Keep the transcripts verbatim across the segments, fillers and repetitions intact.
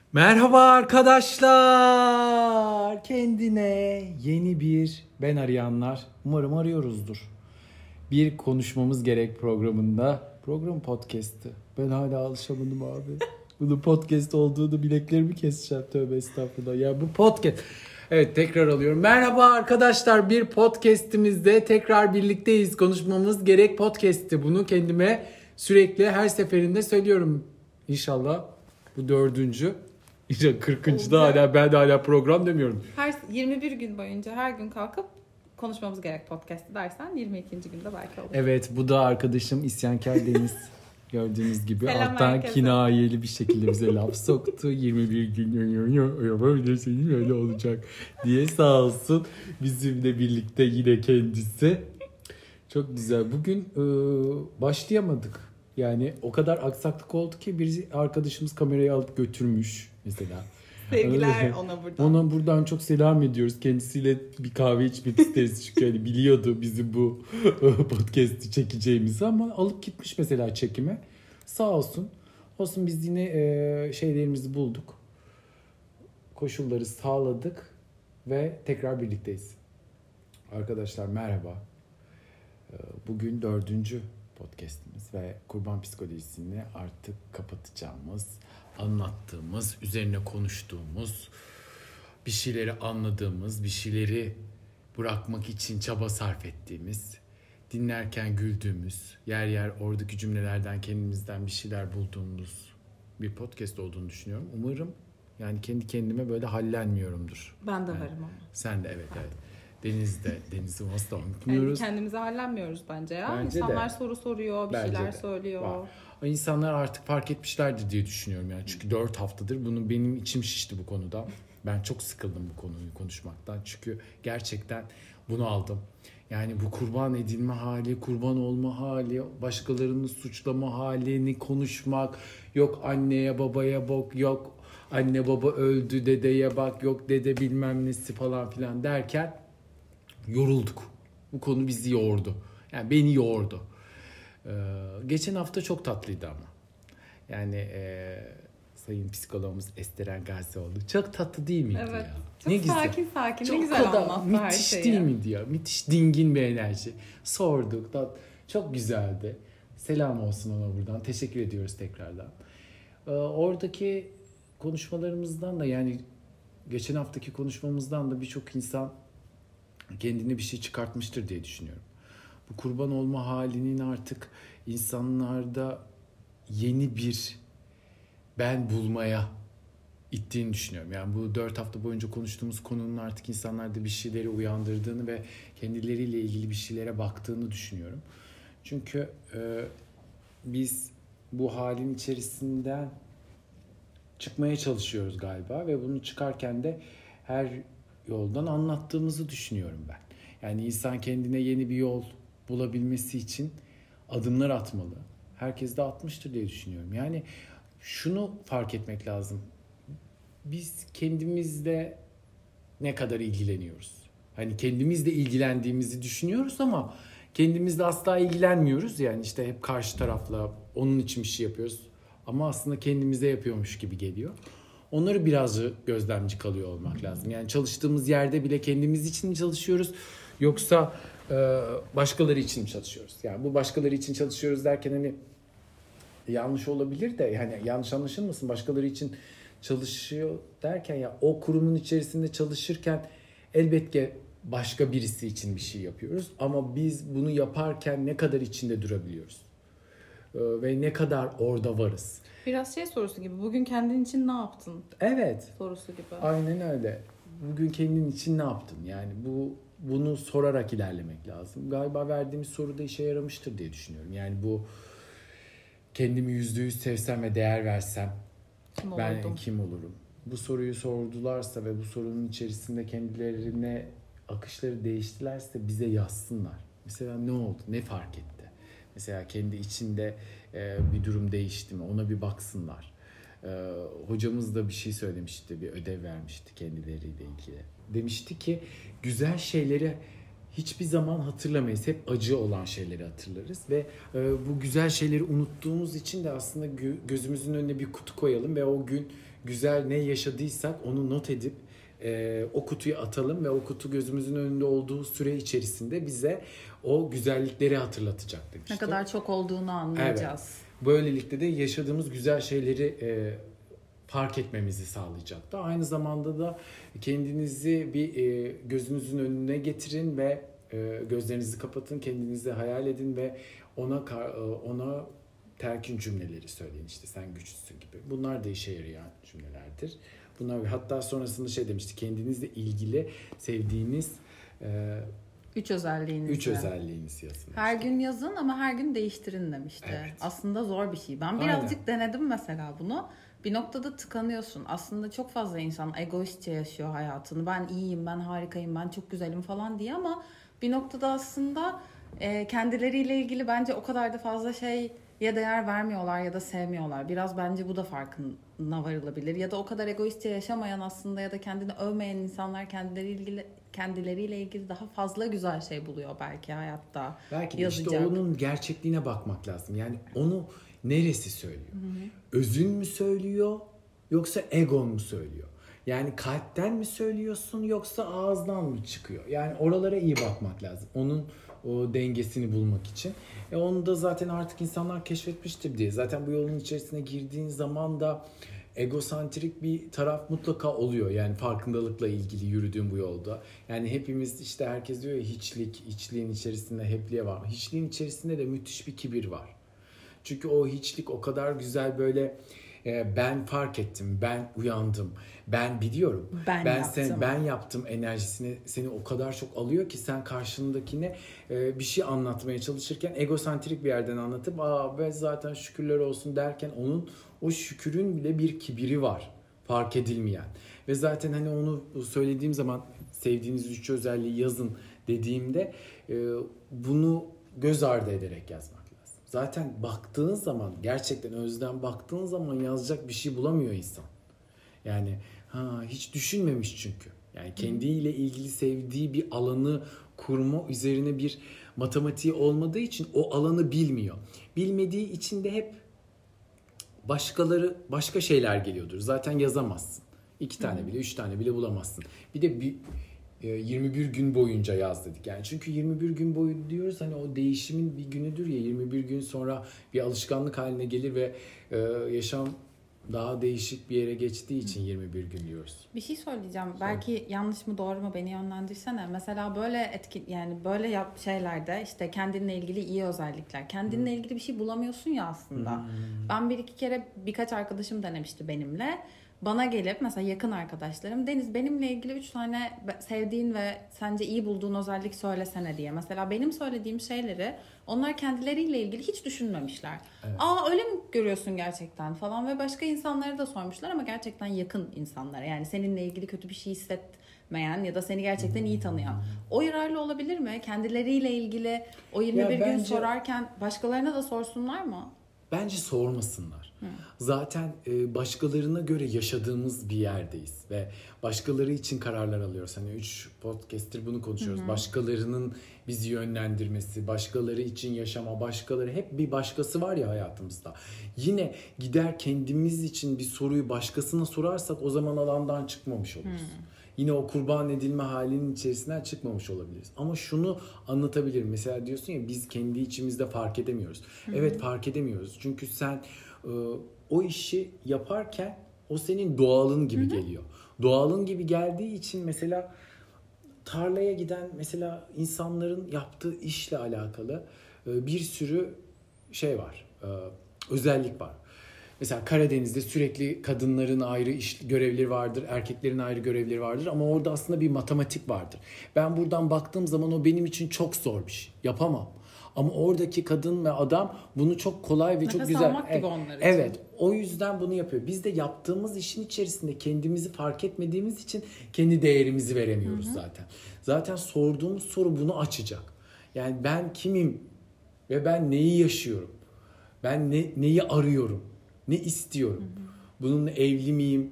Merhaba arkadaşlar. Kendine yeni bir ben arayanlar. Umarım arıyoruzdur. Bir konuşmamız gerek programında. Program podcast'ı. Ben hala alışamadım abi. Bunun podcast olduğunu bileklerimi keseceğim. Tövbe estağfurullah. Ya bu podcast. Evet, tekrar alıyorum. Merhaba arkadaşlar. Bir podcast'imizde tekrar birlikteyiz. Konuşmamız gerek podcast'ı. Bunu kendime sürekli her seferinde söylüyorum. İnşallah bu dördüncü. İşte kırkıncıda hala ben de hala program demiyorum. Her yirmi bir gün boyunca her gün kalkıp konuşmamız gerek podcast'ı dersen yirmi ikinci günde belki olur. Evet, bu da arkadaşım İsyankar Deniz. Gördüğünüz gibi Selam alttan herkese. kinayeli bir şekilde bize laf soktu. yirmi bir gün yapabilirsiniz öyle olacak diye sağ olsun bizimle birlikte yine kendisi. Çok güzel. Bugün e, başlayamadık. Yani o kadar aksaklık oldu ki bir arkadaşımız kamerayı alıp götürmüş mesela. Sevgiler ona buradan. Ona buradan çok selam ediyoruz. Kendisiyle bir kahve içmek isteriz çünkü hani biliyordu bizim bu podcast'i çekeceğimizi ama alıp gitmiş mesela çekime. Sağ olsun. Olsun biz yine e, şeylerimizi bulduk. Koşulları sağladık ve tekrar birlikteyiz. Arkadaşlar merhaba. Bugün dördüncü podcast'imiz ve kurban psikolojisini artık kapatacağımız, anlattığımız, üzerine konuştuğumuz, bir şeyleri anladığımız, bir şeyleri bırakmak için çaba sarf ettiğimiz, dinlerken güldüğümüz, yer yer oradaki cümlelerden kendimizden bir şeyler bulduğumuz bir podcast olduğunu düşünüyorum. Umarım yani kendi kendime böyle hallenmiyorumdur. Ben de yani, varım ama. Sen de evet evet. Deniz'de, Deniz'i asla unutmuyoruz. Yani kendimize hallenmiyoruz bence ya. Bence İnsanlar de. soru soruyor, bir Bence şeyler de. söylüyor. Var. O insanlar artık fark etmişlerdir diye düşünüyorum yani. Çünkü dört haftadır bunu benim içim şişti bu konuda. Ben çok sıkıldım bu konuyu konuşmaktan. Çünkü gerçekten bunu aldım. Yani bu kurban edilme hali, kurban olma hali, başkalarını suçlama halini konuşmak. Yok anneye babaya bak, yok anne baba öldü dedeye bak, yok dede bilmem nesi falan filan derken yorulduk. Bu konu bizi yordu. Yani beni yordu. Ee, geçen hafta çok tatlıydı ama. Yani e, sayın psikologumuz Esteren Gazioğlu. Çok tatlı değil miydi Evet. ya? Çok Ne sakin güzel. sakin. Çok ne güzel kadar anlattı her müthiş şeyi. değil miydi ya? Müthiş dingin bir enerji. Sorduk. Da, çok güzeldi. Selam olsun ona buradan. Teşekkür ediyoruz tekrardan. Ee, oradaki konuşmalarımızdan da yani geçen haftaki konuşmamızdan da birçok insan kendine bir şey çıkartmıştır diye düşünüyorum. Bu kurban olma halinin artık insanlarda yeni bir ben bulmaya ittiğini düşünüyorum. Yani bu dört hafta boyunca konuştuğumuz konunun artık insanlarda bir şeyleri uyandırdığını ve kendileriyle ilgili bir şeylere baktığını düşünüyorum. Çünkü e, biz bu halin içerisinden çıkmaya çalışıyoruz galiba ve bunu çıkarken de her yoldan anlattığımızı düşünüyorum ben. Yani insan kendine yeni bir yol bulabilmesi için adımlar atmalı. Herkes de atmıştır diye düşünüyorum. Yani şunu fark etmek lazım. Biz kendimizle ne kadar ilgileniyoruz? Hani kendimizle ilgilendiğimizi düşünüyoruz ama kendimizle asla ilgilenmiyoruz. Yani işte hep karşı tarafla onun için bir şey yapıyoruz. Ama aslında kendimize yapıyormuş gibi geliyor. Onları birazcık gözlemci kalıyor olmak lazım. Yani çalıştığımız yerde bile kendimiz için mi çalışıyoruz yoksa e, başkaları için mi çalışıyoruz? Yani bu başkaları için çalışıyoruz derken hani yanlış olabilir de yani yanlış anlaşılmasın, başkaları için çalışıyor derken ya o kurumun içerisinde çalışırken elbette başka birisi için bir şey yapıyoruz ama biz bunu yaparken ne kadar içinde durabiliyoruz e, ve ne kadar orada varız. Biraz şey sorusu gibi. Bugün kendin için ne yaptın? Evet. Sorusu gibi. Aynen öyle. Bugün kendin için ne yaptın? Yani bu bunu sorarak ilerlemek lazım. Galiba verdiğimiz soru da işe yaramıştır diye düşünüyorum. Yani bu kendimi yüzde yüz sevsem ve değer versem Kim ben olurdum? kim olurum? Bu soruyu sordularsa ve bu sorunun içerisinde kendilerine akışları değiştilerse bize yazsınlar. Mesela ne oldu? Ne fark etti? Mesela kendi içinde e, bir durum değişti mi? Ona bir baksınlar. E, hocamız da bir şey söylemişti, bir ödev vermişti kendileriyle ilgili. Demişti ki güzel şeyleri hiçbir zaman hatırlamayız. Hep acı olan şeyleri hatırlarız ve e, bu güzel şeyleri unuttuğumuz için de aslında gö- gözümüzün önüne bir kutu koyalım ve o gün güzel ne yaşadıysak onu not edip e, o kutuya atalım ve o kutu gözümüzün önünde olduğu süre içerisinde bize o güzellikleri hatırlatacak demişti. Ne kadar çok olduğunu anlayacağız. Evet. Böylelikle de yaşadığımız güzel şeyleri e, fark etmemizi sağlayacaktı. Aynı zamanda da kendinizi bir e, gözünüzün önüne getirin ve e, gözlerinizi kapatın, kendinizi hayal edin ve ona ona telkin cümleleri söyleyin. İşte sen güçlüsün gibi. Bunlar da işe yarayan cümlelerdir. Bunlar hatta sonrasında şey demişti. Kendinizle ilgili sevdiğiniz e, Üç özelliğinizi. Üç özelliğinizi yazın. Her gün yazın ama her gün değiştirin demişti. Evet. Aslında zor bir şey. Ben birazcık Aynen. denedim mesela bunu. Bir noktada tıkanıyorsun. Aslında çok fazla insan egoistçe yaşıyor hayatını. Ben iyiyim, ben harikayım, ben çok güzelim falan diye ama bir noktada aslında e, kendileriyle ilgili bence o kadar da fazla şeye değer vermiyorlar ya da sevmiyorlar. Biraz bence bu da farkına varılabilir. Ya da o kadar egoistçe yaşamayan aslında ya da kendini övmeyen insanlar kendileriyle ilgili kendileriyle ilgili daha fazla güzel şey buluyor belki hayatta. Belki de yazacak. İşte onun gerçekliğine bakmak lazım. Yani onu neresi söylüyor? Hı hı. Özün mü söylüyor yoksa egon mu söylüyor? Yani kalpten mi söylüyorsun yoksa ağızdan mı çıkıyor? Yani oralara iyi bakmak lazım. Onun o dengesini bulmak için. E onu da zaten artık insanlar keşfetmiştir diye. Zaten bu yolun içerisine girdiğin zaman da egosantrik bir taraf mutlaka oluyor. Yani farkındalıkla ilgili yürüdüğüm bu yolda. Yani hepimiz işte herkes diyor ya hiçlik, hiçliğin içerisinde hepliğe var. Hiçliğin içerisinde de müthiş bir kibir var. Çünkü o hiçlik o kadar güzel böyle e, ben fark ettim, ben uyandım, ben biliyorum, ben, ben yaptım. Sen, ben yaptım enerjisini seni o kadar çok alıyor ki sen karşındakine e, bir şey anlatmaya çalışırken egosantrik bir yerden anlatıp aa ben zaten şükürler olsun derken onun o şükürün bile bir kibiri var, fark edilmeyen. Ve zaten hani onu söylediğim zaman sevdiğiniz üç özelliği yazın dediğimde e, bunu göz ardı ederek yazmak. Zaten baktığın zaman gerçekten özden baktığın zaman yazacak bir şey bulamıyor insan. Yani ha hiç düşünmemiş çünkü. Yani kendiyle ilgili sevdiği bir alanı kurma üzerine bir matematiği olmadığı için o alanı bilmiyor. Bilmediği için de hep başkaları başka şeyler geliyordur. Zaten yazamazsın. İki tane bile, üç tane bile bulamazsın. Bir de bir yirmi bir gün boyunca yaz dedik. Yani çünkü yirmi bir gün boyu diyoruz hani o değişimin bir günüdür ya yirmi bir gün sonra bir alışkanlık haline gelir ve e, yaşam daha değişik bir yere geçtiği için yirmi bir gün diyoruz. Bir şey söyleyeceğim. Sonra. Belki yanlış mı doğru mu beni yönlendirsene. Mesela böyle etki yani böyle yap şeylerde işte kendinle ilgili iyi özellikler. Kendinle hmm. ilgili bir şey bulamıyorsun ya aslında. Hmm. Ben bir iki kere birkaç arkadaşım denemişti benimle. Bana gelip mesela yakın arkadaşlarım Deniz benimle ilgili üç tane sevdiğin ve sence iyi bulduğun özellik söylesene diye. Mesela benim söylediğim şeyleri onlar kendileriyle ilgili hiç düşünmemişler. Evet. Aa öyle mi görüyorsun gerçekten falan ve başka insanlara da sormuşlar ama gerçekten yakın insanlara. Yani seninle ilgili kötü bir şey hissetmeyen ya da seni gerçekten iyi tanıyan. O yararlı olabilir mi? Kendileriyle ilgili o yirmi bir ya gün bence... sorarken başkalarına da sorsunlar mı? Bence sormasınlar. Hı. Zaten başkalarına göre yaşadığımız bir yerdeyiz ve başkaları için kararlar alıyoruz. Hani üç podcast'tir bunu konuşuyoruz. Hı hı. Başkalarının bizi yönlendirmesi, başkaları için yaşama, başkaları hep bir başkası var ya hayatımızda. Yine gider kendimiz için bir soruyu başkasına sorarsak o zaman alandan çıkmamış oluruz. Hı. Yine o kurban edilme halinin içerisinden çıkmamış olabiliriz. Ama şunu anlatabilirim. Mesela diyorsun ya biz kendi içimizde fark edemiyoruz. Hı-hı. Evet fark edemiyoruz. Çünkü sen e, o işi yaparken o senin doğalın gibi Hı-hı. geliyor. Doğalın gibi geldiği için mesela tarlaya giden mesela insanların yaptığı işle alakalı e, bir sürü şey var. E, özellik var. Mesela Karadeniz'de sürekli kadınların ayrı iş görevleri vardır, erkeklerin ayrı görevleri vardır ama orada aslında bir matematik vardır. Ben buradan baktığım zaman o benim için çok zor bir şey. Yapamam. Ama oradaki kadın ve adam bunu çok kolay ve Nefes çok güzel. Nefes almak gibi onlar için. Evet. O yüzden bunu yapıyor. Biz de yaptığımız işin içerisinde kendimizi fark etmediğimiz için kendi değerimizi veremiyoruz Hı-hı. zaten. Zaten sorduğumuz soru bunu açacak. Yani ben kimim ve ben neyi yaşıyorum? Ben ne, neyi arıyorum? Ne istiyorum? Hı hı. Bununla evli miyim?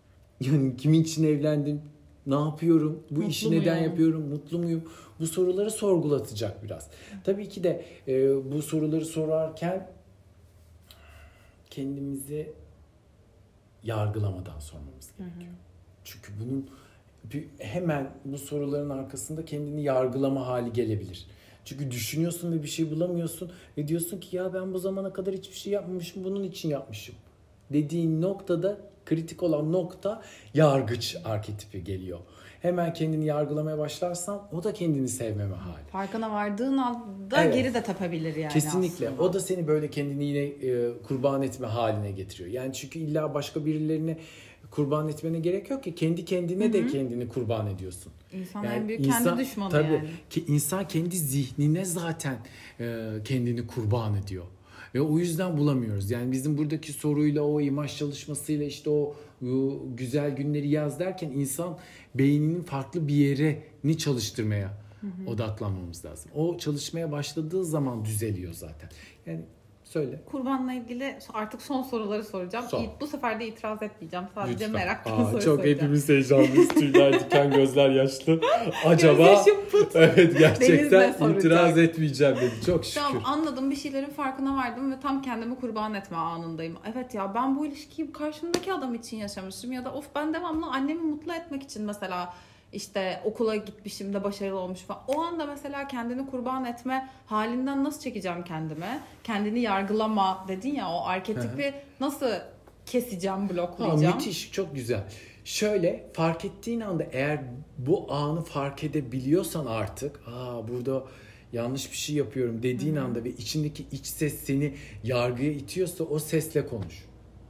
Yani kimin için evlendim? Ne yapıyorum? Bu Mutlu işi muyum? Neden yapıyorum? Mutlu muyum? Bu soruları sorgulatacak biraz. Hı. Tabii ki de e, bu soruları sorarken kendimizi yargılamadan sormamız gerekiyor. Hı hı. Çünkü bunun bir, hemen bu soruların arkasında kendini yargılama hali gelebilir. Çünkü düşünüyorsun ve bir şey bulamıyorsun ve diyorsun ki ya ben bu zamana kadar hiçbir şey yapmamışım, bunun için yapmışım dediğin noktada, kritik olan nokta yargıç arketipi geliyor. Hemen kendini yargılamaya başlarsan o da kendini sevmeme hali. Farkına vardığın anda evet. Geri de tapabilir yani. Kesinlikle. Aslında. O da seni böyle kendini yine e, kurban etme haline getiriyor. Yani çünkü illa başka birilerini kurban etmene gerek yok ki. Kendi kendine Hı-hı. de kendini kurban ediyorsun. İnsan yani en büyük insan, kendi düşmanı tabii, yani. Ki insan kendi zihnine zaten e, kendini kurban ediyor. Ve o yüzden bulamıyoruz. Yani bizim buradaki soruyla, o imaj çalışmasıyla işte o, o güzel günleri yaz derken insan beyninin farklı bir yerini çalıştırmaya hı hı. odaklanmamız lazım. O çalışmaya başladığı zaman düzeliyor zaten. Yani söyle. Kurbanla ilgili artık son soruları soracağım. Son. Bu sefer de itiraz etmeyeceğim. Sadece Lütfen. meraktan soru çok soracağım. Çok hepimiz heyecanlıyız. Tüyler diken, gözler yaşlı. Acaba evet gerçekten itiraz etmeyeceğim dedi. Çok şükür. Tamam, anladım. Bir şeylerin farkına vardım ve tam kendimi kurban etme anındayım. Evet ya, ben bu ilişkiyi karşımdaki adam için yaşamışım ya da of ben devamlı annemi mutlu etmek için mesela İşte okula gitmişim de başarılı olmuş falan. O anda mesela kendini kurban etme halinden nasıl çekeceğim kendime? Kendini yargılama dedin ya, o arketipi nasıl keseceğim, bloklayacağım? Ha, müthiş, çok güzel. Şöyle fark ettiğin anda, eğer bu anı fark edebiliyorsan artık, aa burada yanlış bir şey yapıyorum dediğin Hı-hı. anda ve içindeki iç ses seni yargıya itiyorsa o sesle konuş.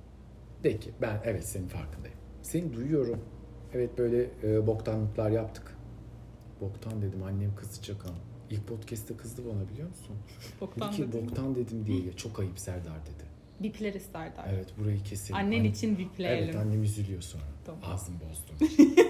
De ki ben evet senin farkındayım. Seni duyuyorum. Evet böyle e, boktanlıklar yaptık. Boktan dedim, annem kızacak ama. İlk podcast'te kızdı bana, biliyor musun? Boktan ki boktan dedim diye. Çok ayıp Serdar dedi. Bipler Serdar. Evet, burayı keselim. Annen Anne, için bipleyelim. Evet, annem üzülüyor sonra. Tamam. Ağzım bozdum.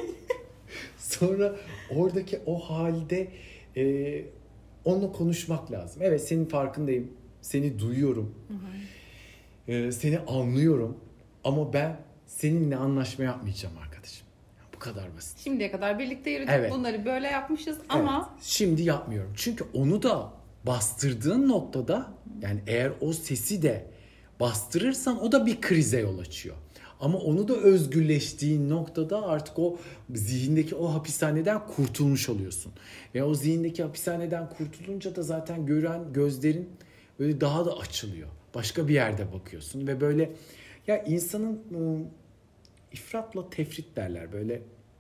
Sonra oradaki o halde e, onunla konuşmak lazım. Evet, senin farkındayım. Seni duyuyorum. Hı hı. E, seni anlıyorum. Ama ben seninle anlaşma yapmayacağım arkadaşım. Bu kadar basit. Şimdiye kadar birlikte yürüdük. Evet. Bunları böyle yapmışız ama... Evet, şimdi yapmıyorum. Çünkü onu da bastırdığın noktada, yani eğer o sesi de bastırırsan o da bir krize yol açıyor. Ama onu da özgürleştiğin noktada artık o zihindeki o hapishaneden kurtulmuş oluyorsun. Ve o zihindeki hapishaneden kurtulunca da zaten gören gözlerin böyle daha da açılıyor. Başka bir yerde bakıyorsun ve böyle ya insanın ifratla tefrit derler, böyle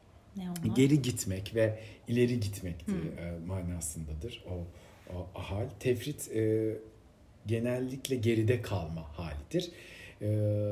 geri gitmek ve ileri gitmek hmm. e, manasındadır o, o hal. Tefrit e, genellikle geride kalma halidir. E,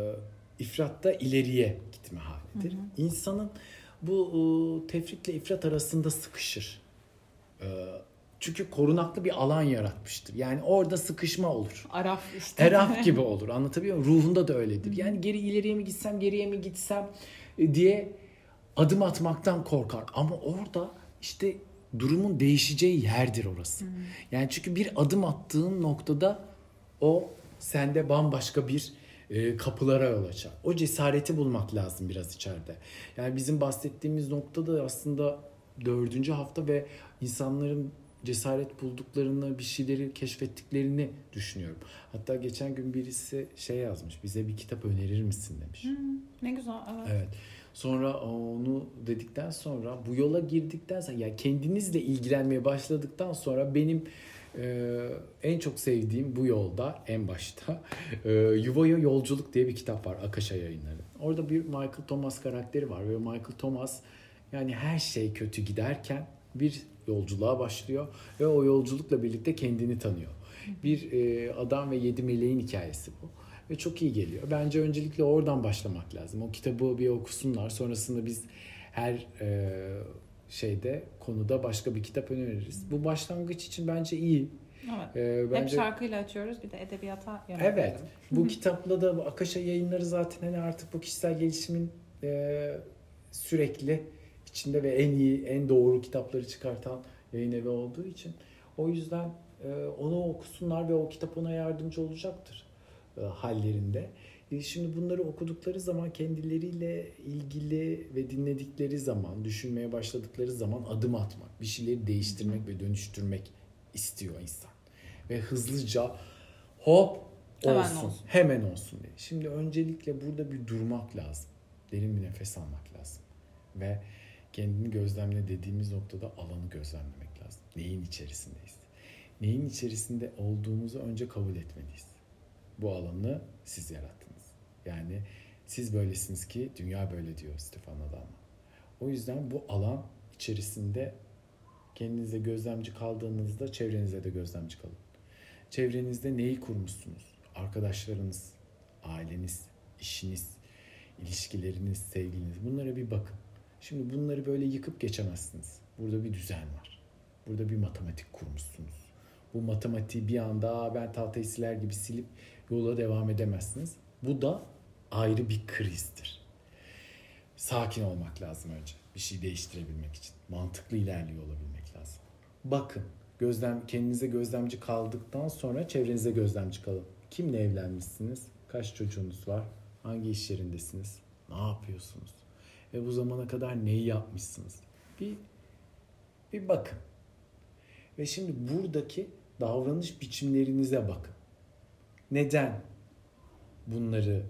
ifrat da ileriye gitme halidir. Hmm. İnsanın bu e, tefritle ifrat arasında sıkışır. E, Çünkü korunaklı bir alan yaratmıştır. Yani orada sıkışma olur. Araf işte. Eraf gibi olur. Anlatabiliyor muyum? Ruhunda da öyledir. Yani geri ileriye mi gitsem, geriye mi gitsem diye adım atmaktan korkar. Ama orada işte durumun değişeceği yerdir orası. Hmm. Yani çünkü bir adım attığın noktada o sende bambaşka bir e, kapılara yol açar. O cesareti bulmak lazım biraz içeride. Yani bizim bahsettiğimiz noktada aslında dördüncü hafta ve insanların cesaret bulduklarını, bir şeyleri keşfettiklerini düşünüyorum. Hatta geçen gün birisi şey yazmış, bize bir kitap önerir misin demiş. Hmm, ne güzel, evet. Evet. Sonra onu dedikten sonra, bu yola girdikten sonra, yani kendinizle ilgilenmeye başladıktan sonra benim e, en çok sevdiğim bu yolda en başta e, Yuvaya Yolculuk diye bir kitap var, Akasha Yayınları. Orada bir Michael Thomas karakteri var ve Michael Thomas yani her şey kötü giderken bir yolculuğa başlıyor ve o yolculukla birlikte kendini tanıyor. Bir e, adam ve yedi meleğin hikayesi bu. Ve çok iyi geliyor. Bence öncelikle oradan başlamak lazım. O kitabı bir okusunlar. Sonrasında biz her e, şeyde, konuda başka bir kitap öneririz. Bu başlangıç için bence iyi. Evet. Ee, bence... Hep şarkıyla açıyoruz. Bir de edebiyata yönelelim. Evet. Bu kitapla da Akasha Yayınları zaten hani artık bu kişisel gelişimin e, sürekli içinde ve en iyi, en doğru kitapları çıkartan yayın evi olduğu için. O yüzden e, onu okusunlar ve o kitap ona yardımcı olacaktır e, hallerinde. E, şimdi bunları okudukları zaman, kendileriyle ilgili ve dinledikleri zaman, düşünmeye başladıkları zaman adım atmak, bir şeyleri değiştirmek ve dönüştürmek istiyor insan. Ve hızlıca hop Olsun, hemen olsun. Hemen olsun diye. Şimdi öncelikle burada bir durmak lazım. Derin bir nefes almak lazım. Ve kendini gözlemle dediğimiz noktada alanı gözlemlemek lazım. Neyin içerisindeyiz? Neyin içerisinde olduğumuzu önce kabul etmeliyiz. Bu alanı siz yarattınız. Yani siz böylesiniz ki dünya böyle diyor Stefan Adorno. O yüzden bu alan içerisinde kendinize gözlemci kaldığınızda çevrenize de gözlemci kalın. Çevrenizde neyi kurmuşsunuz? Arkadaşlarınız, aileniz, işiniz, ilişkileriniz, sevgiliniz. Bunlara bir bakın. Şimdi bunları böyle yıkıp geçemezsiniz. Burada bir düzen var. Burada bir matematik kurmuşsunuz. Bu matematiği bir anda ben tahtayı siler gibi silip yola devam edemezsiniz. Bu da ayrı bir krizdir. Sakin olmak lazım önce. Bir şey değiştirebilmek için. Mantıklı ilerliyor olabilmek lazım. Bakın. Gözlem, kendinize gözlemci kaldıktan sonra çevrenize gözlemci kalın. Kimle evlenmişsiniz? Kaç çocuğunuz var? Hangi iş yerindesiniz? Ne yapıyorsunuz? Ve bu zamana kadar neyi yapmışsınız? Bir, bir bakın. Ve şimdi buradaki davranış biçimlerinize bakın. Neden bunları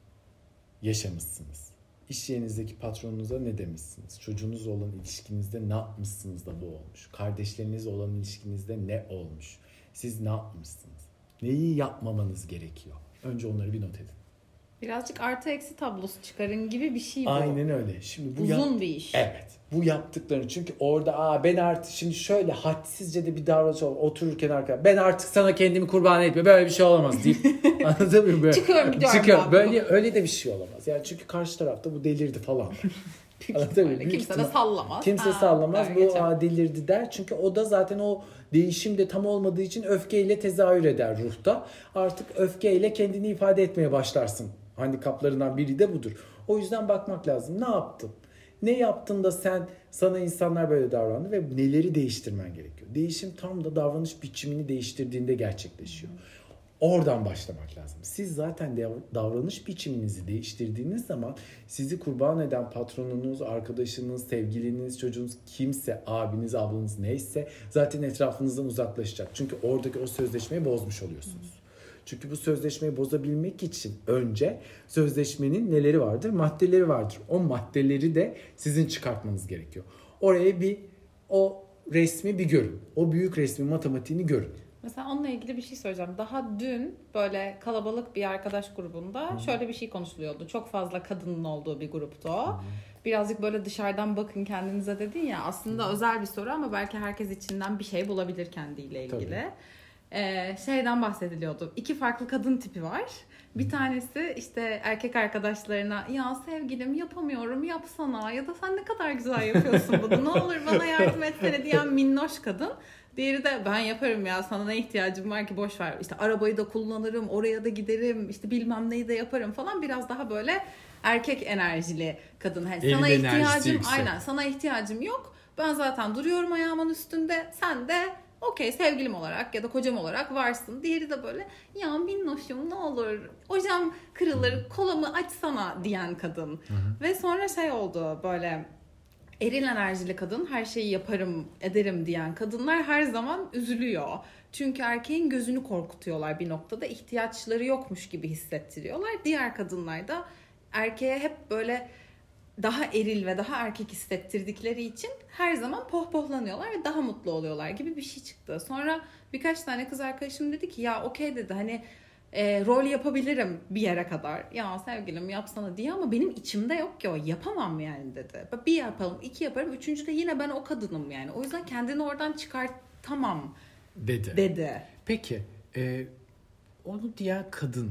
yaşamışsınız? İş yerinizdeki patronunuza ne demişsiniz? Çocuğunuzla olan ilişkinizde ne yapmışsınız da bu olmuş? Kardeşlerinizle olan ilişkinizde ne olmuş? Siz ne yapmışsınız? Neyi yapmamanız gerekiyor? Önce onları bir not edin. Birazcık artı eksi tablosu çıkarın gibi bir şey bu. Aynen öyle. Şimdi bu uzun yap- bir iş. Evet. Bu yaptıklarını çünkü orada aa ben artık şimdi şöyle hadsizce de bir davranış olur. Otururken arkadaşlar ben artık sana kendimi kurban etme. Böyle bir şey olamaz deyip anladın mı? Böyle, çıkıyorum gidiyorum. Çıkıyorum. Böyle öyle de bir şey olamaz. Yani çünkü karşı tarafta bu delirdi falan. Anladın mı? Kimse ihtimal. de sallamaz. Kimse ha, sallamaz. Bu aa, delirdi der. Çünkü o da zaten o değişim de tam olmadığı için öfkeyle tezahür eder ruhta. Artık öfkeyle kendini ifade etmeye başlarsın. Handikaplarından biri de budur. O yüzden bakmak lazım. Ne yaptın? Ne yaptın da sen sana insanlar böyle davrandı ve neleri değiştirmen gerekiyor? Değişim tam da davranış biçimini değiştirdiğinde gerçekleşiyor. Oradan başlamak lazım. Siz zaten davranış biçiminizi değiştirdiğiniz zaman sizi kurban eden patronunuz, arkadaşınız, sevgiliniz, çocuğunuz kimse, abiniz, ablanız neyse zaten etrafınızdan uzaklaşacak. Çünkü oradaki o sözleşmeyi bozmuş oluyorsunuz. Çünkü bu sözleşmeyi bozabilmek için önce sözleşmenin neleri vardır? Maddeleri vardır. O maddeleri de sizin çıkartmanız gerekiyor. Oraya bir o resmi bir görün. O büyük resmi matematiğini görün. Mesela onunla ilgili bir şey söyleyeceğim. Daha dün böyle kalabalık bir arkadaş grubunda Hı-hı. şöyle bir şey konuşuluyordu. Çok fazla kadının olduğu bir gruptu o. Hı-hı. Birazcık böyle dışarıdan bakın kendinize dedin ya. Aslında Hı-hı. özel bir soru ama belki herkes içinden bir şey bulabilir kendiyle ilgili. Tabii. Ee, şeyden bahsediliyordu. İki farklı kadın tipi var. Bir tanesi işte erkek arkadaşlarına ya sevgilim yapamıyorum yapsana ya da sen ne kadar güzel yapıyorsun bunu ne olur bana yardım etsene diyen minnoş kadın. Diğeri de ben yaparım ya sana ne ihtiyacım var ki boş ver. İşte arabayı da kullanırım oraya da giderim işte bilmem neyi de yaparım falan biraz daha böyle erkek enerjili kadın. Yani sana ihtiyacım aynen sana ihtiyacım yok. Ben zaten duruyorum ayağımın üstünde sen de okey sevgilim olarak ya da kocam olarak varsın. Diğeri de böyle ya minnoşum ne olur hocam kırılır kolamı açsana diyen kadın. Hı hı. Ve sonra şey oldu böyle eril enerjili kadın her şeyi yaparım ederim diyen kadınlar her zaman üzülüyor. Çünkü erkeğin gözünü korkutuyorlar bir noktada ihtiyaçları yokmuş gibi hissettiriyorlar. Diğer kadınlar da erkeğe hep böyle daha eril ve daha erkek hissettirdikleri için her zaman pohpohlanıyorlar ve daha mutlu oluyorlar gibi bir şey çıktı. Sonra birkaç tane kız arkadaşım dedi ki ya okey dedi hani e, rol yapabilirim bir yere kadar. Ya sevgilim yapsana diye ama benim içimde yok ki o yapamam yani dedi. Bir yapalım iki yaparım üçüncüde yine ben o kadınım yani. O yüzden kendini oradan çıkartamam dedi. dedi. Peki e, onu diyen kadın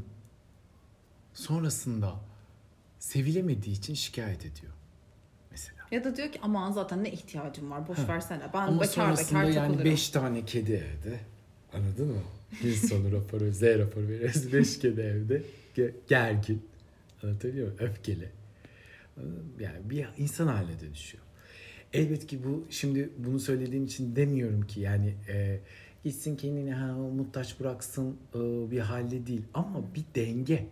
sonrasında sevilemediği için şikayet ediyor mesela. Ya da diyor ki aman zaten ne ihtiyacım var boş ha. versene ben ama bekar bekar takılırım. Ama yani beş tane kedi evde anladın mı? Bir sonu raporu Z raporu veriyoruz beş kedi evde gergin anlatabiliyor muyum? Öfkeli yani bir insan haline dönüşüyor. Elbet ki bu şimdi bunu söylediğim için demiyorum ki yani e, gitsin kendini ha, muhtaç bıraksın e, bir halde değil ama bir denge.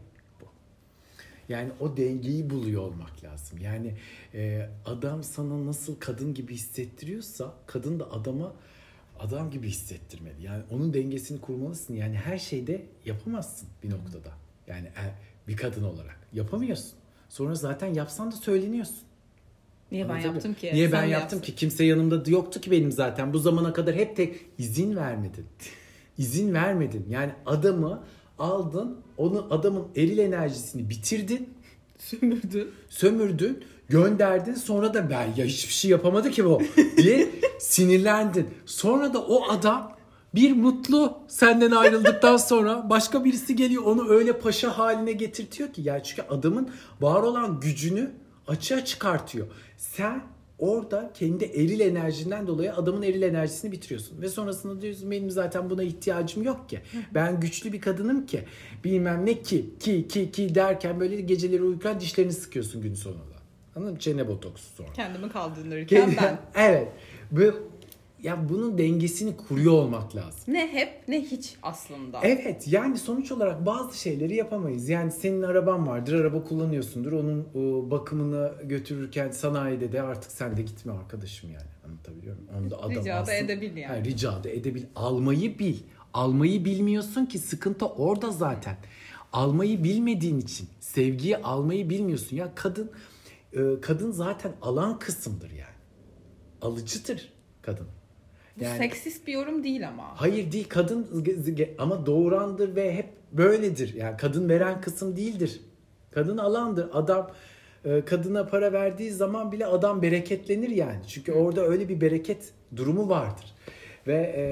Yani o dengeyi buluyor olmak lazım. Yani e, adam sana nasıl kadın gibi hissettiriyorsa kadın da adama adam gibi hissettirmeli. Yani onun dengesini kurmalısın. Yani her şeyde yapamazsın bir noktada. Yani bir kadın olarak yapamıyorsun. Sonra zaten yapsan da söyleniyorsun. Niye ben yaptım ki? Niye ben Sen yaptım yapsın. ki? Kimse yanımda yoktu ki benim zaten. Bu zamana kadar hep tek izin vermedin. İzin vermedin. Yani adamı aldın, onu adamın eril enerjisini bitirdin. Sömürdün. Sömürdün, gönderdin. Sonra da ben ya hiçbir şey yapamadı ki bu diye sinirlendin. Sonra da o adam bir mutlu senden ayrıldıktan sonra başka birisi geliyor onu öyle paşa haline getirtiyor ki. Yani çünkü adamın var olan gücünü açığa çıkartıyor. Sen orada kendi eril enerjinden dolayı adamın eril enerjisini bitiriyorsun. Ve sonrasında diyorsun benim zaten buna ihtiyacım yok ki. Ben güçlü bir kadınım ki. Bilmem ne ki ki ki ki derken böyle geceleri uyurken dişlerini sıkıyorsun gün sonunda. Anladın mı? Çene botoksu sonra. Kendimi kaldırırken ben. Evet. Böyle, ya bunun dengesini kuruyor olmak lazım. Ne hep ne hiç aslında. Evet yani sonuç olarak bazı şeyleri yapamayız. Yani senin araban vardır, araba kullanıyorsundur. Onun o, bakımını götürürken sanayide de artık sen de gitme arkadaşım yani. Anlatabiliyor muyum? Onu da adam Rica alsın. da edebil yani. Hayır, rica da edebil. Almayı bil. Almayı bilmiyorsun ki sıkıntı orada zaten. Almayı bilmediğin için sevgiyi almayı bilmiyorsun. Ya kadın kadın zaten alan kısımdır yani. Alıcıdır kadın. Bu yani, seksist bir yorum değil ama. Hayır değil, kadın ama doğurandır ve hep böyledir. Yani kadın veren kısım değildir. Kadın alandır. Adam kadına para verdiği zaman bile adam bereketlenir yani. Çünkü orada öyle bir bereket durumu vardır. Ve e,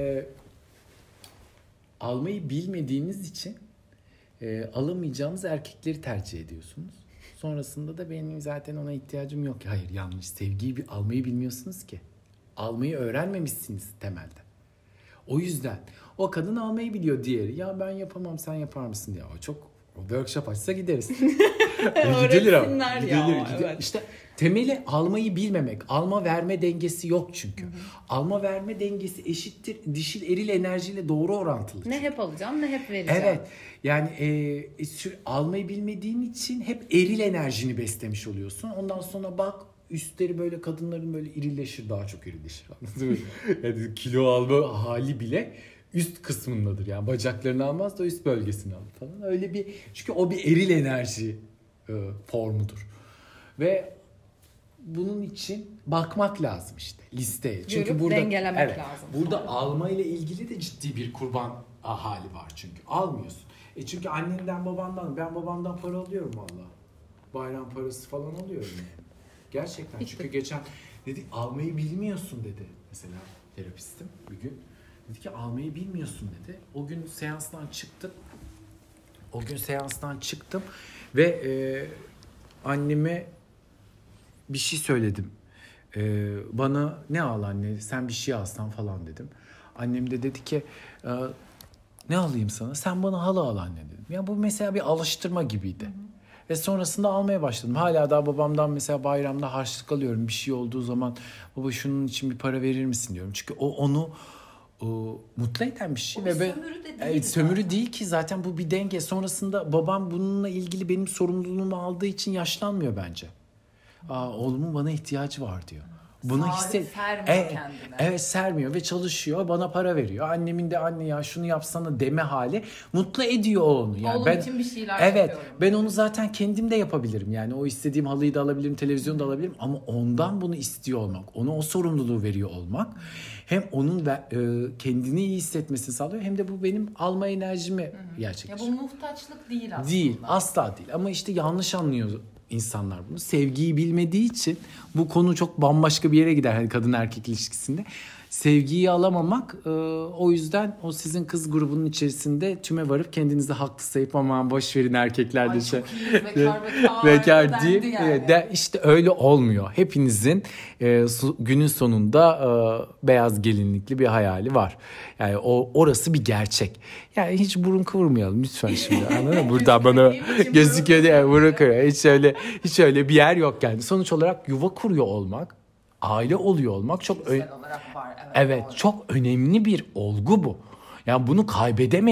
almayı bilmediğiniz için e, alamayacağınız erkekleri tercih ediyorsunuz. Sonrasında da benim zaten ona ihtiyacım yok. Hayır, yanlış. Sevgiyi bir almayı bilmiyorsunuz ki. Almayı öğrenmemişsiniz temelde. O yüzden o kadın almayı biliyor, diğeri ya ben yapamam sen yapar mısın diye. O çok o workshop açsa gideriz. Gidilir ama. Gidilir, ya, gidilir. evet. İşte temeli almayı bilmemek. Alma verme dengesi yok çünkü. Hı hı. Alma verme dengesi eşittir dişil eril enerjiyle doğru orantılı. Ne hep alacağım ne hep vereceğim. Evet. Yani e, almayı bilmediğin için hep eril enerjini beslemiş oluyorsun. Ondan sonra bak üstleri böyle kadınların böyle irileşir, daha çok irileşir. Anladın mı? Yani kilo alma hali bile üst kısmındadır. Yani bacaklarını almaz da üst bölgesini alır falan. Öyle bir, çünkü o bir eril enerji e, formudur. Ve bunun için bakmak lazım işte listeye. Çünkü görüp burada dengelemek evet, lazım. Burada sonra alma ile ilgili de ciddi bir kurban hali var çünkü. Almıyorsun. E çünkü annenden babandan, ben babamdan para alıyorum valla. Bayram parası falan alıyorum yani. Gerçekten. Hiç çünkü de. Geçen dedi almayı bilmiyorsun dedi. Mesela terapistim bir gün. Dedi ki almayı bilmiyorsun dedi. O gün seanstan çıktım. O gün seanstan çıktım ve e, anneme bir şey söyledim. E, bana ne al anne sen bir şey alsan falan dedim. Annem de dedi ki e, ne alayım sana? Sen bana halı al anne dedim. Ya bu mesela bir alıştırma gibiydi. Hı hı. Ve sonrasında almaya başladım. Hala daha babamdan mesela bayramda harçlık alıyorum. Bir şey olduğu zaman baba şunun için bir para verir misin diyorum. Çünkü o onu o, mutlu eden bir şey. O ve bir sömürü de değil. Evet, sömürü değil ki zaten bu bir denge. Sonrasında babam bununla ilgili benim sorumluluğumu aldığı için yaşlanmıyor bence. Aa, oğlumun bana ihtiyacı var diyor. Bunu hisset. Sermiyor evet, kendine. Evet sermiyor ve çalışıyor, bana para veriyor. Annemin de anne ya şunu yapsana deme hali mutlu ediyor onu. Yani oğlum ben, için bir şeyler evet, yapıyorum. Ben onu zaten kendim de yapabilirim. Yani o istediğim halıyı da alabilirim, televizyonu da alabilirim. Ama ondan bunu istiyor olmak, ona o sorumluluğu veriyor olmak hem onun ve, e, kendini iyi hissetmesini sağlıyor hem de bu benim alma enerjimi gerçekleştiriyor. Ya bu muhtaçlık değil aslında. Değil, asla değil. Ama işte yanlış anlıyor insanlar bunu. Sevgiyi bilmediği için bu konu çok bambaşka bir yere gider hani kadın erkek ilişkisinde. Sevgiyi alamamak e, o yüzden o sizin kız grubunun içerisinde tüme varıp kendinizi haklı sayıp aman boş verin erkekler de şey. Bekar bekar, bekar deyip yani. de işte öyle olmuyor. Hepinizin e, su, günün sonunda e, beyaz gelinlikli bir hayali var. Yani o orası bir gerçek. Yani hiç burun kıvırmayalım lütfen şimdi. Anladın mı? Burada bana gözüküyor diye burun kıvırıyor. Hiç öyle hiç öyle bir yer yok yani. Sonuç olarak yuva kuruyor olmak, aile oluyor olmak çok ö- olarak var. Evet, evet çok önemli bir olgu bu. Yani bunu kaybedemeyiz.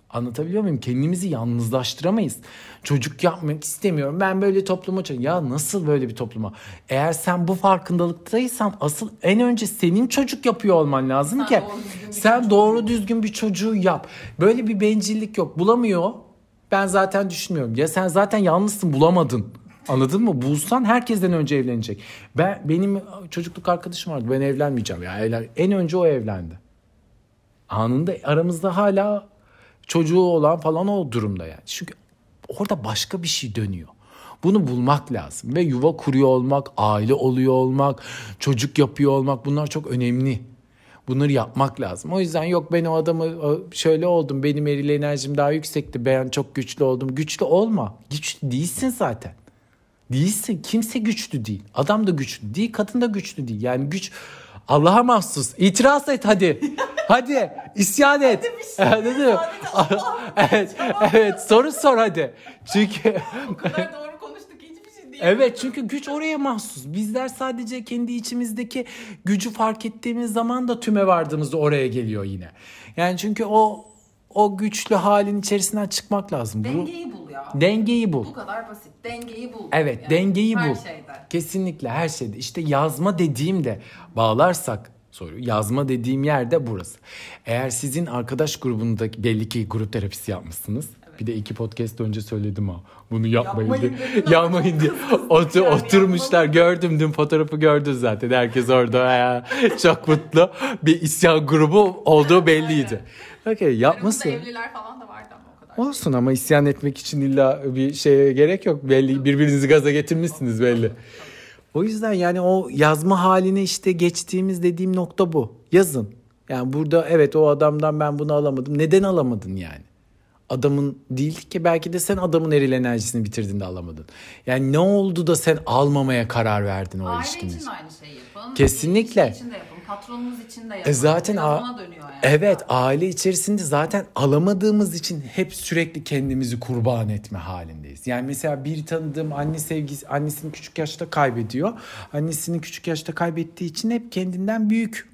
Anlatabiliyor muyum? Kendimizi yalnızlaştıramayız. Çocuk yapmak istemiyorum. Ben böyle topluma... Ya nasıl böyle bir topluma? Eğer sen bu farkındalıktaysan asıl en önce senin çocuk yapıyor olman lazım sen ki. Doğru sen doğru düzgün bir çocuğu yap. Böyle bir bencillik yok. Bulamıyor. Ben zaten düşünmüyorum. Ya sen zaten yalnızsın, bulamadın. Anladın mı? Bulsan herkesten önce evlenecek. Ben Benim çocukluk arkadaşım vardı. Ben evlenmeyeceğim ya. Evlen... En önce o evlendi. Anında aramızda hala çocuğu olan falan o durumda yani. Çünkü orada başka bir şey dönüyor. Bunu bulmak lazım. Ve yuva kuruyor olmak, aile oluyor olmak, çocuk yapıyor olmak, bunlar çok önemli. Bunları yapmak lazım. O yüzden yok ben o adamı şöyle oldum, benim eril enerjim daha yüksekti, ben çok güçlü oldum. Güçlü olma. Güçlü değilsin zaten. Değilsin. Kimse güçlü değil. Adam da güçlü değil, kadın da güçlü değil. Yani güç Allah'a mahsus. İtiraz et hadi. Hadi isyan et. Hadi şey evet, evet soru sor hadi. Çünkü o kadar doğru konuştuk hiçbir şey değil. Evet çünkü güç oraya mahsus. Bizler sadece kendi içimizdeki gücü fark ettiğimiz zaman da tüme vardığımızda oraya geliyor yine. Yani çünkü o o güçlü halin içerisinden çıkmak lazım. Dengeyi bul ya. Dengeyi bul. Bu kadar basit. Dengeyi bul. Evet, yani dengeyi her bul. Şeyde. Kesinlikle her şeyde. İşte yazma dediğimde bağlarsak soruyu. Yazma dediğim yer de burası. Eğer sizin arkadaş grubundaki belli ki grup terapisi yapmışsınız. Evet. Bir de iki podcast önce söyledim ha. Bunu yapmayın, yapmayın diye. Yapmayın diye. Otur, oturmuşlar gördüm dün fotoğrafı gördün zaten. Herkes orada çok mutlu. Bir isyan grubu olduğu belliydi. Okey yapmasın. Evliler falan da vardı ama o kadar. Olsun ama isyan etmek için illa bir şeye gerek yok. Belli birbirinizi gaza getirmişsiniz belli. O yüzden yani o yazma haline işte geçtiğimiz dediğim nokta bu. Yazın. Yani burada evet o adamdan ben bunu alamadım. Neden alamadın yani? Adamın değil ki belki de sen adamın eril enerjisini bitirdin de alamadın. Yani ne oldu da sen almamaya karar verdin o aile ilişkiniz? Aile için aynı şeyi yapın. Kesinlikle. İşin için de yapın. Patronunuz için de yapın. E zaten a- ona dönüyor yani. Evet aile içerisinde zaten alamadığımız için hep sürekli kendimizi kurban etme halindeyiz. Yani mesela bir tanıdığım anne sevgisi annesini küçük yaşta kaybediyor. Annesini küçük yaşta kaybettiği için hep kendinden büyük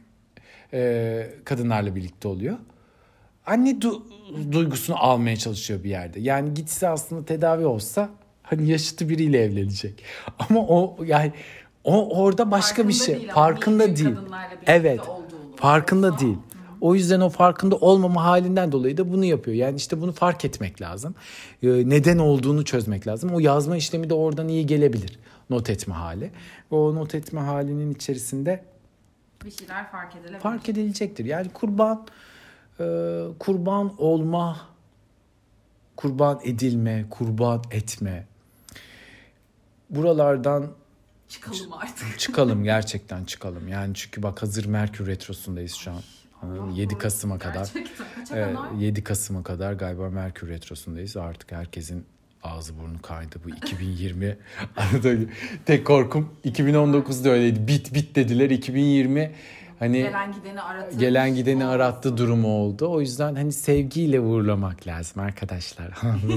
e, kadınlarla birlikte oluyor. Anne du- duygusunu almaya çalışıyor bir yerde. Yani gitse aslında tedavi olsa hani yaşıtı biriyle evlenecek. Ama o yani o orada başka farkında bir şey. Değil farkında değil. Evet. Farkında olsa. Değil. O yüzden o farkında olmama halinden dolayı da bunu yapıyor. Yani işte bunu fark etmek lazım. Ee, neden olduğunu çözmek lazım. O yazma işlemi de oradan iyi gelebilir. Not etme hali. O not etme halinin içerisinde bir şeyler fark edilebilir. Fark edilecektir. Yani kurban e, kurban olma, kurban edilme, kurban etme. Buralardan çıkalım artık. Çıkalım gerçekten çıkalım. Yani çünkü bak hazır Merkür Retrosu'ndayız şu an. yedi Kasım'a kadar. Evet, yedi Kasım'a kadar galiba Merkür Retrosu'ndayız. Artık herkesin ağzı burnu kaydı bu iki bin yirmi. Tek korkum iki bin on dokuzda öyleydi. Bit bit dediler. iki bin yirmi hani gelen gideni aratır. Gelen gideni arattı durumu oldu. O yüzden hani sevgiyle uğurlamak lazım arkadaşlar.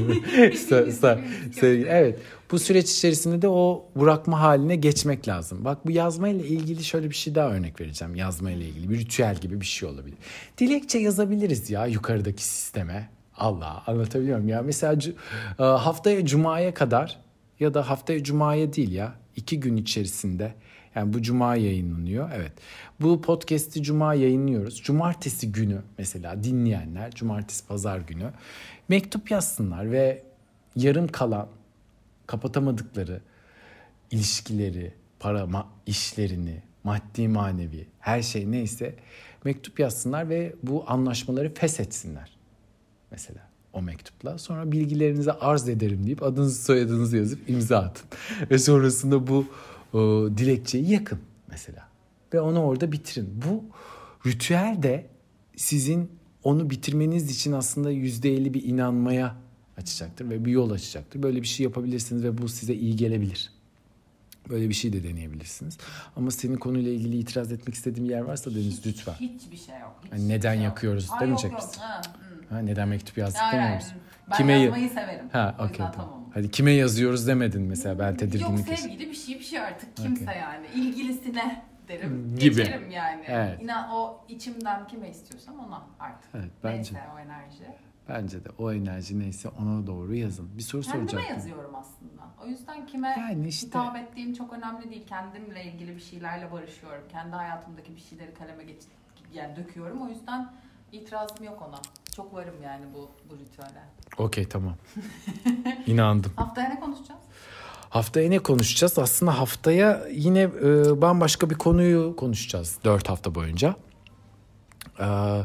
Sevgi, evet. Bu süreç içerisinde de o bırakma haline geçmek lazım. Bak bu yazmayla ilgili şöyle bir şey daha örnek vereceğim. Yazmayla ilgili bir ritüel gibi bir şey olabilir. Dilekçe yazabiliriz ya yukarıdaki sisteme. Allah anlatabiliyor muyum ya? Mesela haftaya Cuma'ya kadar ya da haftaya Cuma'ya değil ya iki gün içerisinde yani bu Cuma yayınlanıyor. Evet. Bu podcast'i Cuma yayınlıyoruz. Cumartesi günü mesela dinleyenler cumartesi pazar günü mektup yazsınlar ve yarım kalan kapatamadıkları ilişkileri, para ma- işlerini, maddi manevi her şey neyse mektup yazsınlar ve bu anlaşmaları feshetsinler. Mesela o mektupla sonra bilgilerinizi arz ederim deyip adınızı soyadınızı yazıp imza atın. Ve sonrasında bu o, dilekçeyi yakın mesela. Ve onu orada bitirin. Bu ritüel de sizin onu bitirmeniz için aslında yüzde elli bir inanmaya açacaktır ve bir yol açacaktır. Böyle bir şey yapabilirsiniz ve bu size iyi gelebilir. Böyle bir şey de deneyebilirsiniz. Ama senin konuyla ilgili itiraz etmek istediğim bir yer varsa Deniz lütfen. Hiçbir şey yok. Hiç yani neden şey yakıyoruz yok. demeyecek Aa, yok, misin? yok. Ha, ha, neden mektup yazdık hayır, demiyor musun? Ben kime yazmayı severim. Ha, okey tamam. tamam. Hadi kime yazıyoruz demedin mesela ben tedirginlik. Yok sevgili bir şey bir şey artık kimse okay. yani ilgilisine derim. Gibi. Geçerim yani. Evet. İnan o içimden kime istiyorsam ona artık. Evet, bence. Neyse o enerji. Bence de o enerji neyse ona doğru yazın. Bir soru Kendime soracaktım. yazıyorum aslında. O yüzden kime Yani işte- hitap ettiğim çok önemli değil. Kendimle ilgili bir şeylerle barışıyorum. Kendi hayatımdaki bir şeyleri kaleme geç, yani döküyorum. O yüzden itirazım yok ona. Çok varım yani bu, bu ritüele. Okey, tamam. İnandım. Haftaya ne konuşacağız? Haftaya ne konuşacağız? Aslında haftaya yine e, bambaşka bir konuyu konuşacağız dört hafta boyunca. Ee,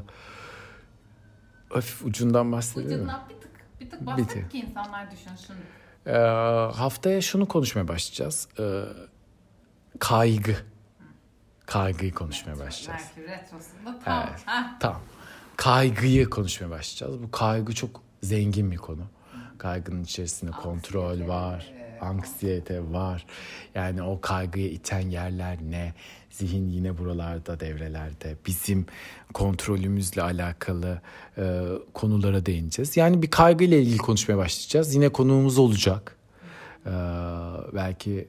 hafif ucundan bahsediyorum. Ucundan bir tık, bir tık bahset Bir tık. ki insanlar düşünsün. Ee, haftaya şunu konuşmaya başlayacağız. Ee, kaygı. Kaygıyı konuşmaya başlayacağız. Merkür Retrosu'nda tam. Evet. Heh. Tamam. Kaygıyı konuşmaya başlayacağız. Bu kaygı çok zengin bir konu. Kaygının içerisinde kontrol Anksiyete, var, evet. anksiyete var. Yani o kaygıya iten yerler ne? Zihin yine buralarda, devrelerde. Bizim kontrolümüzle alakalı e, konulara değineceğiz. Yani bir kaygıyla ilgili konuşmaya başlayacağız. Yine konuğumuz olacak. E, belki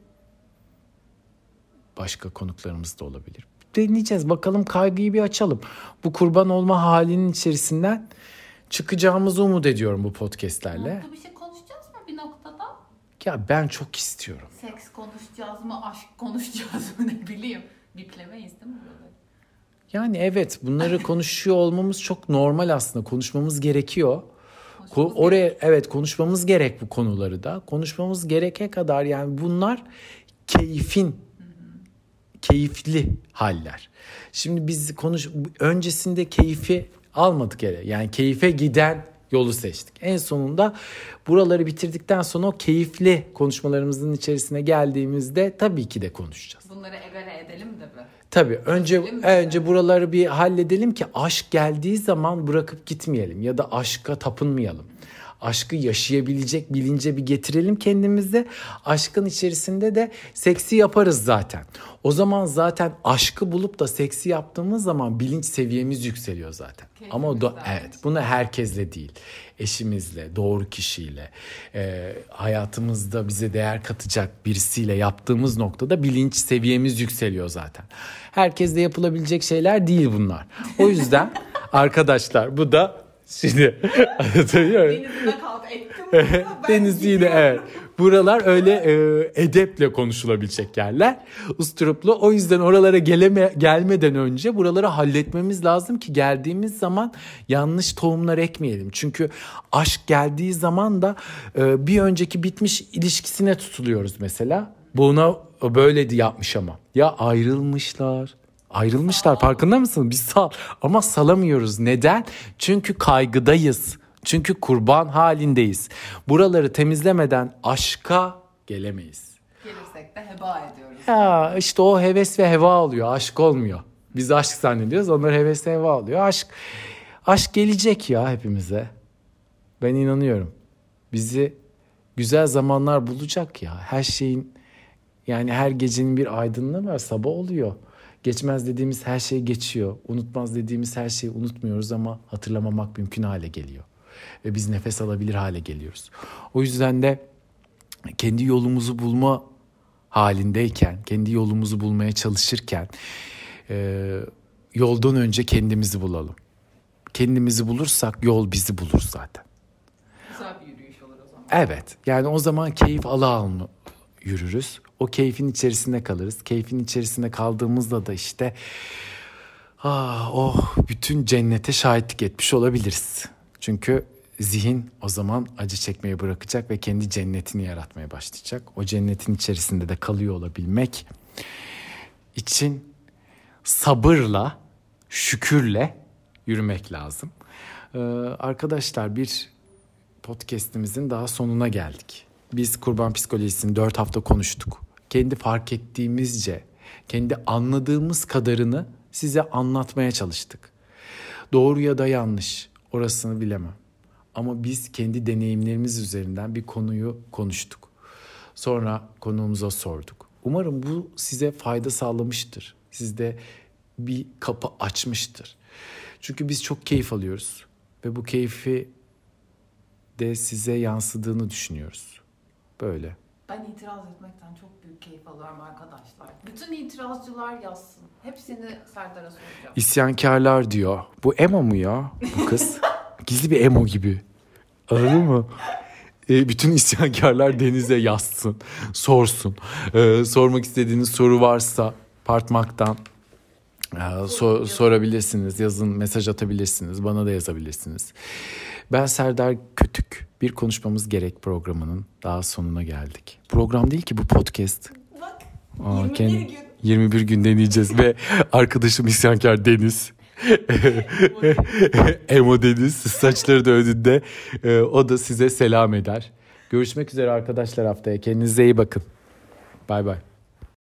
başka konuklarımız da olabilir. Deneyeceğiz. Bakalım, kaygıyı bir açalım. Bu kurban olma halinin içerisinden çıkacağımızı umut ediyorum bu podcastlerle. Mutlu bir şey konuşacağız mı bir noktada? Ya ben çok istiyorum. Seks konuşacağız mı, aşk konuşacağız mı ne bileyim. Biplemeyiz değil mi buraları? Yani evet, bunları konuşuyor olmamız çok normal aslında. Konuşmamız gerekiyor. Konuşmamız Ko- oraya evet konuşmamız gerek bu konuları da. Konuşmamız gereke kadar yani bunlar keyfin keyifli haller. Şimdi biz konuş öncesinde keyfi almadık hele. Yani keyfe giden yolu seçtik. En sonunda buraları bitirdikten sonra o keyifli konuşmalarımızın içerisine geldiğimizde tabii ki de konuşacağız. Bunları egale edelim de be. Tabii önce Edelim mi? önce buraları bir halledelim ki aşk geldiği zaman bırakıp gitmeyelim ya da aşka tapınmayalım. Aşkı yaşayabilecek bilince bir getirelim kendimize. Aşkın içerisinde de seksi yaparız zaten. O zaman zaten aşkı bulup da seksi yaptığımız zaman bilinç seviyemiz yükseliyor zaten. Keyfimiz Ama o da de evet, bunu herkesle değil. Eşimizle, doğru kişiyle, e, hayatımızda bize değer katacak birisiyle yaptığımız noktada bilinç seviyemiz yükseliyor zaten. Herkesle yapılabilecek şeyler değil bunlar. O yüzden arkadaşlar bu da şimdi anlatabiliyor muyum? Denizine kalk ettim. Ben Deniz yine gidiyorum. evet. Buralar öyle e, edeple konuşulabilecek yerler. Usturuplu. O yüzden oralara geleme, gelmeden önce buraları halletmemiz lazım ki geldiğimiz zaman yanlış tohumlar ekmeyelim. Çünkü aşk geldiği zaman da e, bir önceki bitmiş ilişkisine tutuluyoruz mesela. Buna böyle yapmış ama. Ya ayrılmışlar. Ayrılmışlar, farkında mısın? Biz sal ama salamıyoruz. Neden? Çünkü kaygıdayız. Çünkü kurban halindeyiz. Buraları temizlemeden aşka gelemeyiz. Gelirsek de heba ediyoruz. Ya işte o heves ve heva oluyor. Aşk olmuyor. Biz aşk zannediyoruz. Onlar heves ve heva oluyor. Aşk aşk gelecek ya hepimize. Ben inanıyorum. Bizi güzel zamanlar bulacak ya. Her şeyin yani her gecenin bir aydınlığı var. Sabah oluyor. Geçmez dediğimiz her şey geçiyor. Unutmaz dediğimiz her şeyi unutmuyoruz ama hatırlamamak mümkün hale geliyor. Ve biz nefes alabilir hale geliyoruz. O yüzden de kendi yolumuzu bulma halindeyken, kendi yolumuzu bulmaya çalışırken e, yoldan önce kendimizi bulalım. Kendimizi bulursak yol bizi bulur zaten. Güzel bir yürüyüş olur o zaman. Evet, yani o zaman keyif ala alma yürürüz. O keyfin içerisinde kalırız. Keyfin içerisinde kaldığımızda da işte ah, oh bütün cennete şahitlik etmiş olabiliriz. Çünkü zihin o zaman acı çekmeyi bırakacak ve kendi cennetini yaratmaya başlayacak. O cennetin içerisinde de kalıyor olabilmek için sabırla, şükürle yürümek lazım. Ee, arkadaşlar bir podcast'imizin daha sonuna geldik. Biz kurban psikolojisini dört hafta konuştuk. Kendi fark ettiğimizce, kendi anladığımız kadarını size anlatmaya çalıştık. Doğru ya da yanlış, orasını bilemem. Ama biz kendi deneyimlerimiz üzerinden bir konuyu konuştuk. Sonra konuğumuza sorduk. Umarım bu size fayda sağlamıştır. Sizde bir kapı açmıştır. Çünkü biz çok keyif alıyoruz. Ve bu keyfi de size yansıdığını düşünüyoruz. Böyle. Ben itiraz etmekten çok büyük keyif alıyorum arkadaşlar. Bütün itirazcılar yazsın. Hepsini Serdar'a soracağım. İsyankarlar diyor. Bu Emo mu ya bu kız? Gizli bir emo gibi. Anladın mı? E, bütün isyankarlar Deniz'e yazsın. Sorsun. E, sormak istediğiniz soru varsa Partmak'tan e, so, sorabilirsiniz. Yazın, mesaj atabilirsiniz. Bana da yazabilirsiniz. Ben Serdar Kötük. Bir Konuşmamız Gerek programının daha sonuna geldik. Program değil ki bu, podcast. Bak, Aa, yirmi bir kendi, gün. yirmi bir gün deneyeceğiz ve arkadaşım isyankar Deniz. Emo Deniz saçları da önünde. Ee, o da size selam eder. Görüşmek üzere arkadaşlar haftaya. Kendinize iyi bakın. Bay bay.